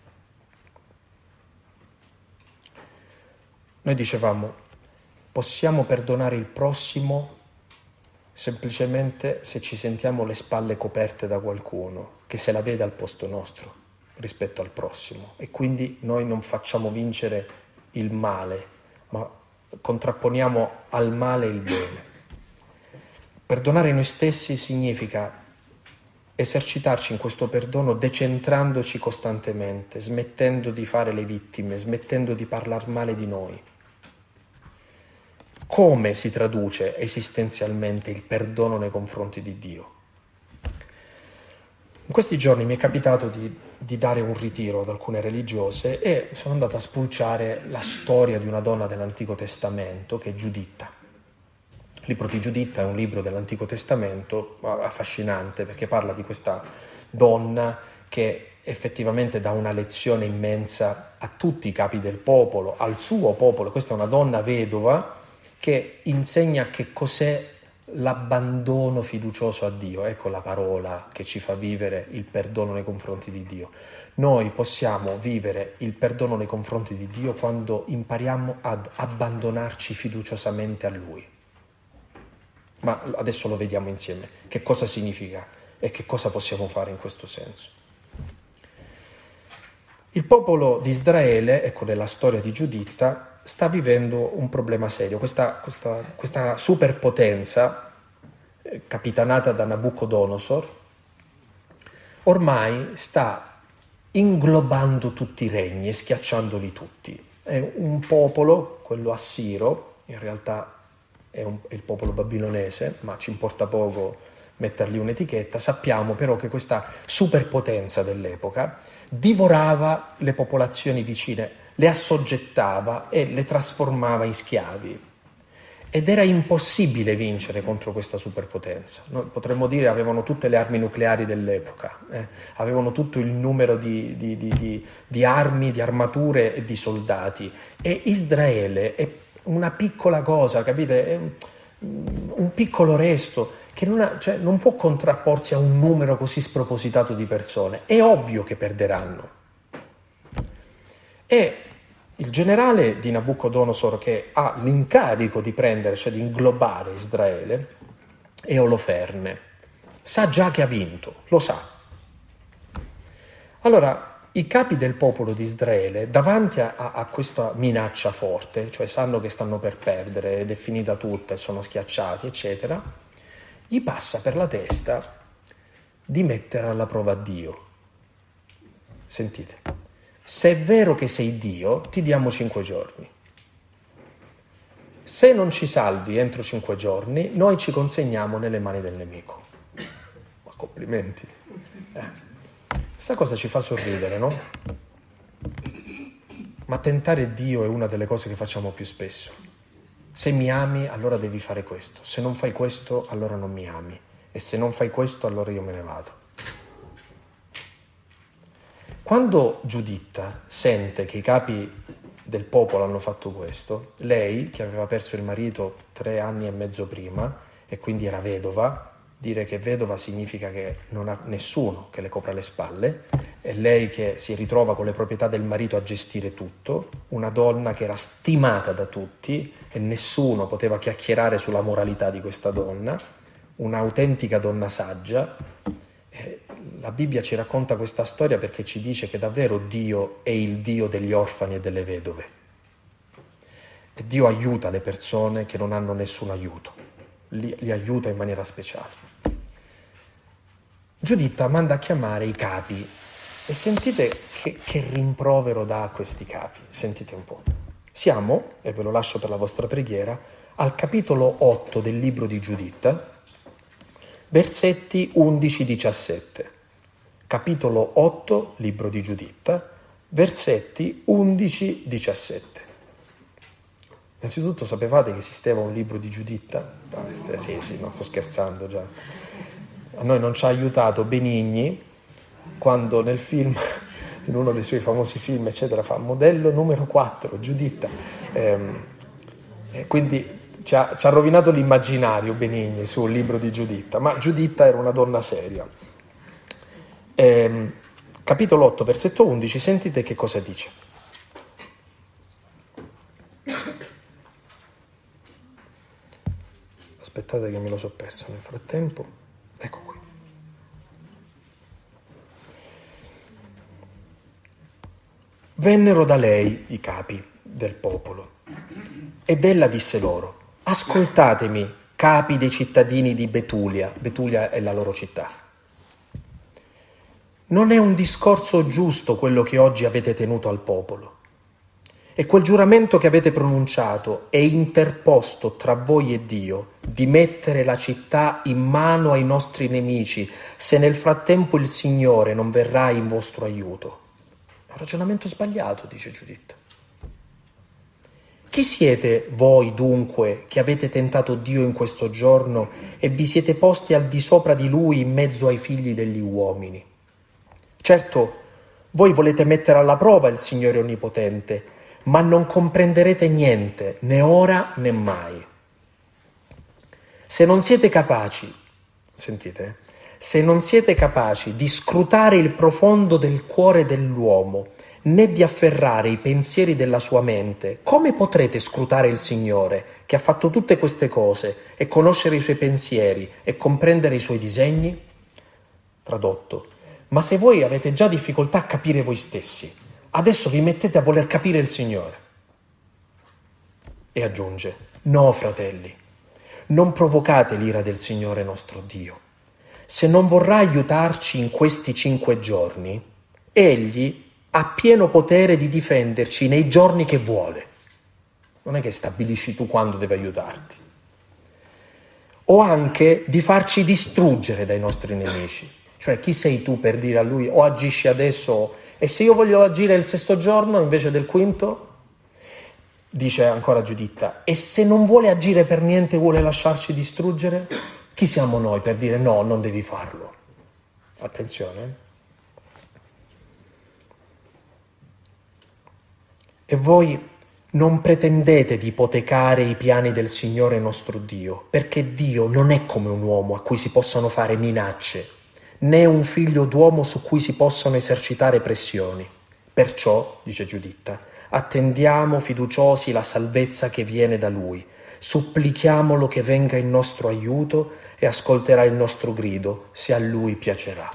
Noi dicevamo, possiamo perdonare il prossimo semplicemente se ci sentiamo le spalle coperte da qualcuno che se la vede al posto nostro rispetto al prossimo, e quindi noi non facciamo vincere il male, ma contrapponiamo al male il bene. Perdonare noi stessi significa esercitarci in questo perdono decentrandoci costantemente, smettendo di fare le vittime, smettendo di parlare male di noi. Come si traduce esistenzialmente il perdono nei confronti di Dio? In questi giorni mi è capitato di dare un ritiro ad alcune religiose e sono andato a spulciare la storia di una donna dell'Antico Testamento che è Giuditta. Il libro di Giuditta è un libro dell'Antico Testamento affascinante perché parla di questa donna che effettivamente dà una lezione immensa a tutti i capi del popolo, al suo popolo. Questa è una donna vedova che insegna che cos'è l'abbandono fiducioso a Dio. Ecco la parola che ci fa vivere il perdono nei confronti di Dio. Noi possiamo vivere il perdono nei confronti di Dio quando impariamo ad abbandonarci fiduciosamente a Lui. Ma adesso lo vediamo insieme, che cosa significa e che cosa possiamo fare in questo senso. Il popolo di Israele, ecco nella storia di Giuditta, sta vivendo un problema serio. Questa superpotenza, capitanata da Nabucodonosor, ormai sta inglobando tutti i regni e schiacciandoli tutti. È un popolo, quello assiro, in realtà è il popolo babilonese, ma ci importa poco mettergli un'etichetta. Sappiamo però che questa superpotenza dell'epoca divorava le popolazioni vicine, le assoggettava e le trasformava in schiavi. ed era impossibile vincere contro questa superpotenza. Noi potremmo dire avevano tutte le armi nucleari dell'epoca, avevano tutto il numero di armi, di armature e di soldati. E Israele è una piccola cosa, capite? È un piccolo resto che non può contrapporsi a un numero così spropositato di persone. È ovvio che perderanno. E il generale di Nabucodonosor, che ha l'incarico di prendere, cioè di inglobare Israele, è Oloferne. Sa già che ha vinto, lo sa. Allora, i capi del popolo di Israele, davanti a questa minaccia forte, cioè sanno che stanno per perdere, ed è finita tutta, e sono schiacciati, eccetera, gli passa per la testa di mettere alla prova Dio. Sentite, se è vero che sei Dio, ti diamo 5 giorni. Se non ci salvi entro 5 giorni, noi ci consegniamo nelle mani del nemico. Ma complimenti. Questa cosa ci fa sorridere, no? Ma tentare Dio è una delle cose che facciamo più spesso. Se mi ami, allora devi fare questo. Se non fai questo, allora non mi ami. E se non fai questo, allora io me ne vado. Quando Giuditta sente che i capi del popolo hanno fatto questo, lei, che aveva perso il marito 3 anni e mezzo prima, e quindi era vedova, dire che vedova significa che non ha nessuno che le copra le spalle, è lei che si ritrova con le proprietà del marito a gestire tutto, una donna che era stimata da tutti e nessuno poteva chiacchierare sulla moralità di questa donna, un'autentica donna saggia. La Bibbia ci racconta questa storia perché ci dice che davvero Dio è il Dio degli orfani e delle vedove. E Dio aiuta le persone che non hanno nessun aiuto, li aiuta in maniera speciale. Giuditta manda a chiamare i capi e sentite che rimprovero dà a questi capi, sentite un po'. Siamo, e ve lo lascio per la vostra preghiera, al capitolo 8 del libro di Giuditta, versetti 11-17. Capitolo 8, libro di Giuditta, versetti 11-17. Innanzitutto sapevate che esisteva un libro di Giuditta? Sì, non sto scherzando già. A noi non ci ha aiutato Benigni quando nel film, in uno dei suoi famosi film, eccetera, fa modello numero 4, Giuditta. Quindi ci ha rovinato l'immaginario Benigni sul libro di Giuditta, ma Giuditta era una donna seria. Capitolo 8, versetto 11, sentite che cosa dice. Aspettate che me lo so perso nel frattempo. Ecco qui. Vennero da lei i capi del popolo ed ella disse loro: ascoltatemi, capi dei cittadini di Betulia. Betulia è la loro città. Non è un discorso giusto quello che oggi avete tenuto al popolo. E quel giuramento che avete pronunciato è interposto tra voi e Dio di mettere la città in mano ai nostri nemici se nel frattempo il Signore non verrà in vostro aiuto. È un ragionamento sbagliato, dice Giuditta. Chi siete voi dunque che avete tentato Dio in questo giorno e vi siete posti al di sopra di Lui in mezzo ai figli degli uomini? Certo, voi volete mettere alla prova il Signore Onnipotente, ma non comprenderete niente, né ora né mai. Se non siete capaci, sentite, se non siete capaci di scrutare il profondo del cuore dell'uomo, né di afferrare i pensieri della sua mente, come potrete scrutare il Signore, che ha fatto tutte queste cose, e conoscere i suoi pensieri e comprendere i suoi disegni? Tradotto, ma se voi avete già difficoltà a capire voi stessi, adesso vi mettete a voler capire il Signore. E aggiunge, no fratelli, non provocate l'ira del Signore nostro Dio. Se non vorrà aiutarci in questi 5 giorni, Egli ha pieno potere di difenderci nei giorni che vuole. Non è che stabilisci tu quando deve aiutarti. O anche di farci distruggere dai nostri nemici. Cioè, chi sei tu per dire a lui o agisci adesso, e se io voglio agire il 6° giorno invece del 5º? dice ancora Giuditta, e se non vuole agire per niente, vuole lasciarci distruggere, chi siamo noi per dire no, non devi farlo? Attenzione. E voi non pretendete di ipotecare i piani del Signore nostro Dio, perché Dio non è come un uomo a cui si possano fare minacce, né un figlio d'uomo su cui si possano esercitare pressioni. Perciò, dice Giuditta, attendiamo fiduciosi la salvezza che viene da Lui, supplichiamolo che venga in nostro aiuto e ascolterà il nostro grido, se a Lui piacerà.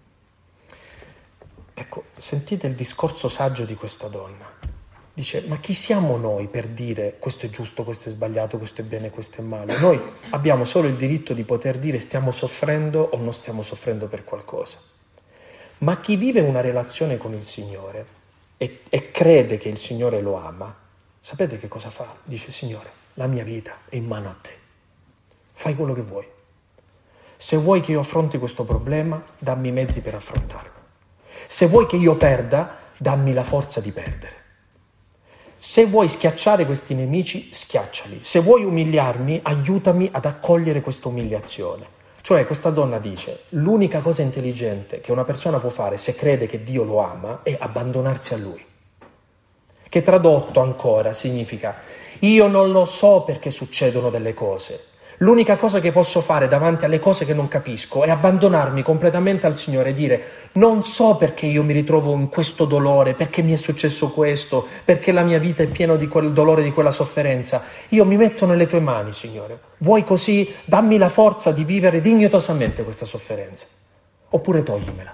Ecco, sentite il discorso saggio di questa donna. Dice, ma chi siamo noi per dire questo è giusto, questo è sbagliato, questo è bene, questo è male? Noi abbiamo solo il diritto di poter dire stiamo soffrendo o non stiamo soffrendo per qualcosa. Ma chi vive una relazione con il Signore e crede che il Signore lo ama, sapete che cosa fa? Dice, Signore, la mia vita è in mano a te. Fai quello che vuoi. Se vuoi che io affronti questo problema, dammi i mezzi per affrontarlo. Se vuoi che io perda, dammi la forza di perdere. Se vuoi schiacciare questi nemici, schiacciali. Se vuoi umiliarmi, aiutami ad accogliere questa umiliazione. Cioè, questa donna dice, l'unica cosa intelligente che una persona può fare se crede che Dio lo ama è abbandonarsi a Lui. Che tradotto ancora significa, io non lo so perché succedono delle cose. L'unica cosa che posso fare davanti alle cose che non capisco è abbandonarmi completamente al Signore e dire non so perché io mi ritrovo in questo dolore, perché mi è successo questo, perché la mia vita è piena di quel dolore, di quella sofferenza. Io mi metto nelle tue mani, Signore. Vuoi così? Dammi la forza di vivere dignitosamente questa sofferenza. Oppure toglimela.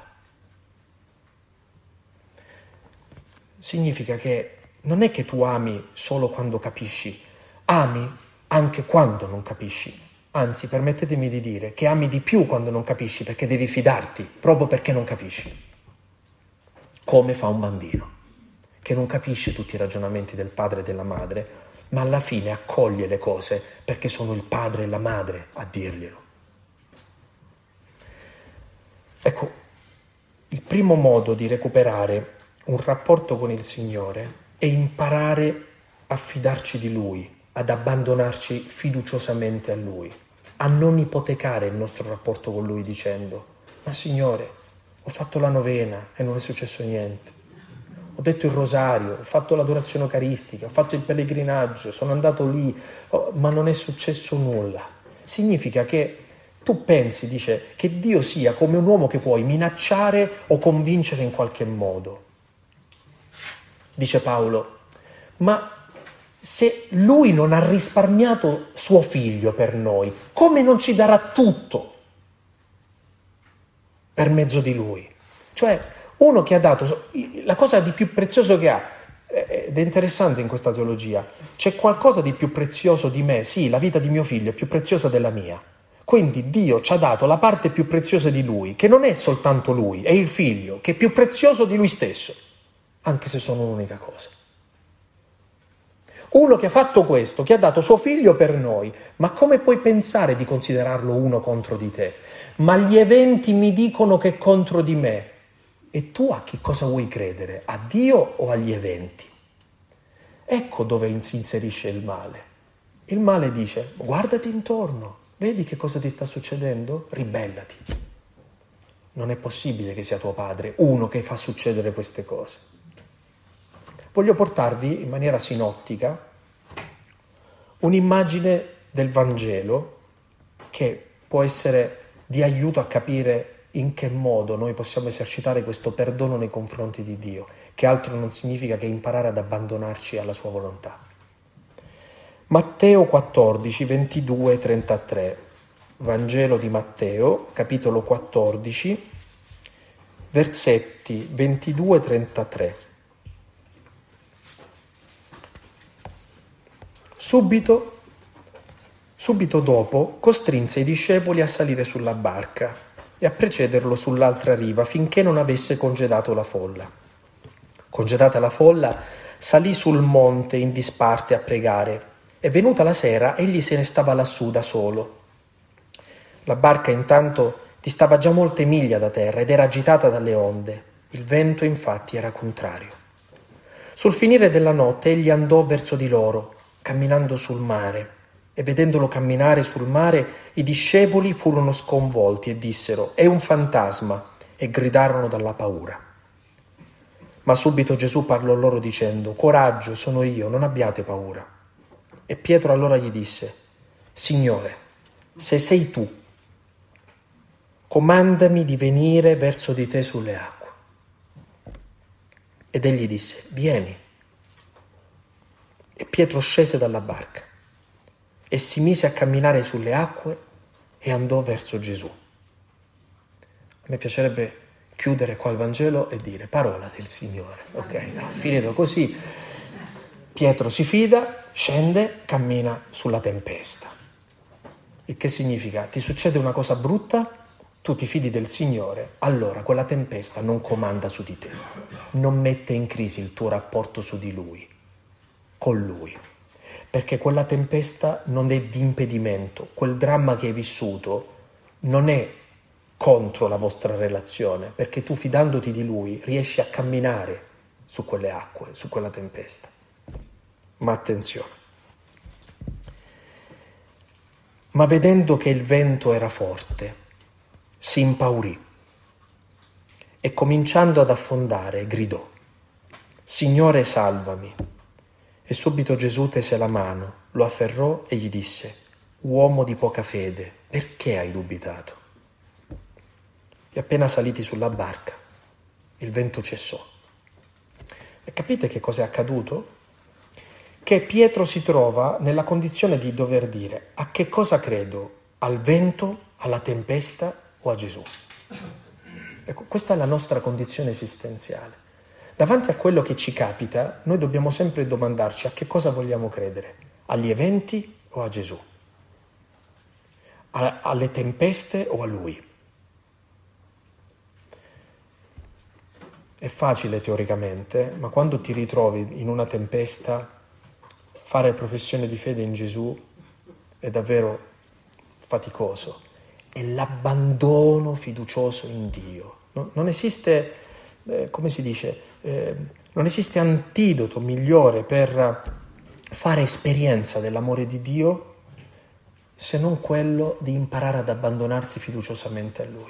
Significa che non è che tu ami solo quando capisci, ami anche quando non capisci. Anzi, permettetemi di dire che ami di più quando non capisci, perché devi fidarti, proprio perché non capisci. Come fa un bambino, che non capisce tutti i ragionamenti del padre e della madre, ma alla fine accoglie le cose perché sono il padre e la madre a dirglielo. Ecco, il primo modo di recuperare un rapporto con il Signore è imparare a fidarci di Lui, ad abbandonarci fiduciosamente a Lui, a non ipotecare il nostro rapporto con Lui dicendo ma Signore, ho fatto la novena e non è successo niente, ho detto il rosario, ho fatto l'adorazione eucaristica, ho fatto il pellegrinaggio, sono andato lì, ma non è successo nulla. Significa che tu pensi, dice, che Dio sia come un uomo che puoi minacciare o convincere in qualche modo. Dice Paolo, ma se Lui non ha risparmiato suo figlio per noi, come non ci darà tutto per mezzo di Lui? Cioè, uno che ha dato la cosa di più prezioso che ha, ed è interessante in questa teologia, c'è qualcosa di più prezioso di me, sì, la vita di mio figlio è più preziosa della mia. Quindi Dio ci ha dato la parte più preziosa di Lui, che non è soltanto Lui, è il figlio, che è più prezioso di Lui stesso, anche se sono un'unica cosa. Uno che ha fatto questo, che ha dato suo figlio per noi, ma come puoi pensare di considerarlo uno contro di te? Ma gli eventi mi dicono che è contro di me. E tu a che cosa vuoi credere? A Dio o agli eventi? Ecco dove si inserisce il male. Il male dice, guardati intorno, vedi che cosa ti sta succedendo? Ribellati. Non è possibile che sia tuo padre uno che fa succedere queste cose. Voglio portarvi in maniera sinottica un'immagine del Vangelo che può essere di aiuto a capire in che modo noi possiamo esercitare questo perdono nei confronti di Dio, che altro non significa che imparare ad abbandonarci alla sua volontà. Matteo 14, 22, 33. Vangelo di Matteo, capitolo 14, versetti 22 e 33. Subito dopo costrinse i discepoli a salire sulla barca e a precederlo sull'altra riva finché non avesse congedato la folla. Congedata la folla, salì sul monte in disparte a pregare e venuta la sera egli se ne stava lassù da solo. La barca intanto distava già molte miglia da terra ed era agitata dalle onde. Il vento infatti era contrario. Sul finire della notte egli andò verso di loro, camminando sul mare, e vedendolo camminare sul mare, i discepoli furono sconvolti e dissero: «È un fantasma!» e gridarono dalla paura. Ma subito Gesù parlò loro dicendo: «Coraggio, sono io, non abbiate paura». E Pietro allora gli disse: «Signore, se sei tu, comandami di venire verso di te sulle acque». Ed egli disse: «Vieni». E Pietro scese dalla barca e si mise a camminare sulle acque e andò verso Gesù. A me piacerebbe chiudere qua il Vangelo e dire: parola del Signore. Ok, no, finito così. Pietro si fida, scende, cammina sulla tempesta. Il che significa: ti succede una cosa brutta, tu ti fidi del Signore, allora quella tempesta non comanda su di te, non mette in crisi il tuo rapporto su di Lui, con Lui, perché quella tempesta non è di impedimento, quel dramma che hai vissuto non è contro la vostra relazione, perché tu, fidandoti di Lui, riesci a camminare su quelle acque, su quella tempesta. Ma attenzione. Ma vedendo che il vento era forte, si impaurì e, cominciando ad affondare, gridò: «Signore, salvami!» E subito Gesù tese la mano, lo afferrò e gli disse: «Uomo di poca fede, perché hai dubitato?» E appena saliti sulla barca, il vento cessò. E capite che cosa è accaduto? Che Pietro si trova nella condizione di dover dire: a che cosa credo? Al vento, alla tempesta o a Gesù? Ecco, questa è la nostra condizione esistenziale. Davanti a quello che ci capita, noi dobbiamo sempre domandarci: a che cosa vogliamo credere? Agli eventi o a Gesù? Alle tempeste o a Lui? È facile teoricamente, ma quando ti ritrovi in una tempesta, fare professione di fede in Gesù è davvero faticoso. È l'abbandono fiducioso in Dio. Non esiste, come si dice, non esiste antidoto migliore per fare esperienza dell'amore di Dio se non quello di imparare ad abbandonarsi fiduciosamente a Lui.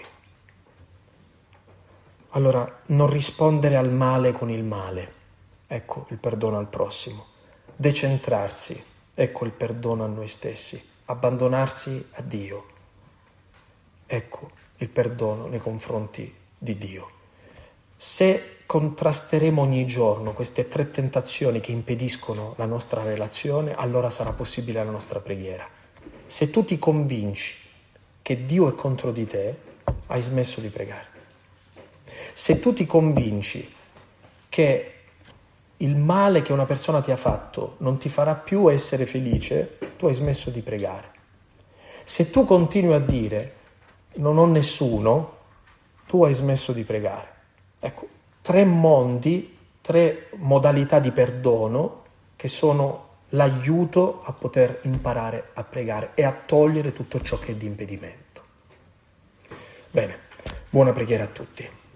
Allora, non rispondere al male con il male, ecco il perdono al prossimo. Decentrarsi, ecco il perdono a noi stessi. Abbandonarsi a Dio, ecco il perdono nei confronti di Dio. Se contrasteremo ogni giorno queste 3 tentazioni che impediscono la nostra relazione, allora sarà possibile la nostra preghiera. Se tu ti convinci che Dio è contro di te, hai smesso di pregare. Se tu ti convinci che il male che una persona ti ha fatto non ti farà più essere felice, tu hai smesso di pregare. Se tu continui a dire non ho nessuno, tu hai smesso di pregare. Ecco, 3 mondi, 3 modalità di perdono che sono l'aiuto a poter imparare a pregare e a togliere tutto ciò che è di impedimento. Bene, buona preghiera a tutti.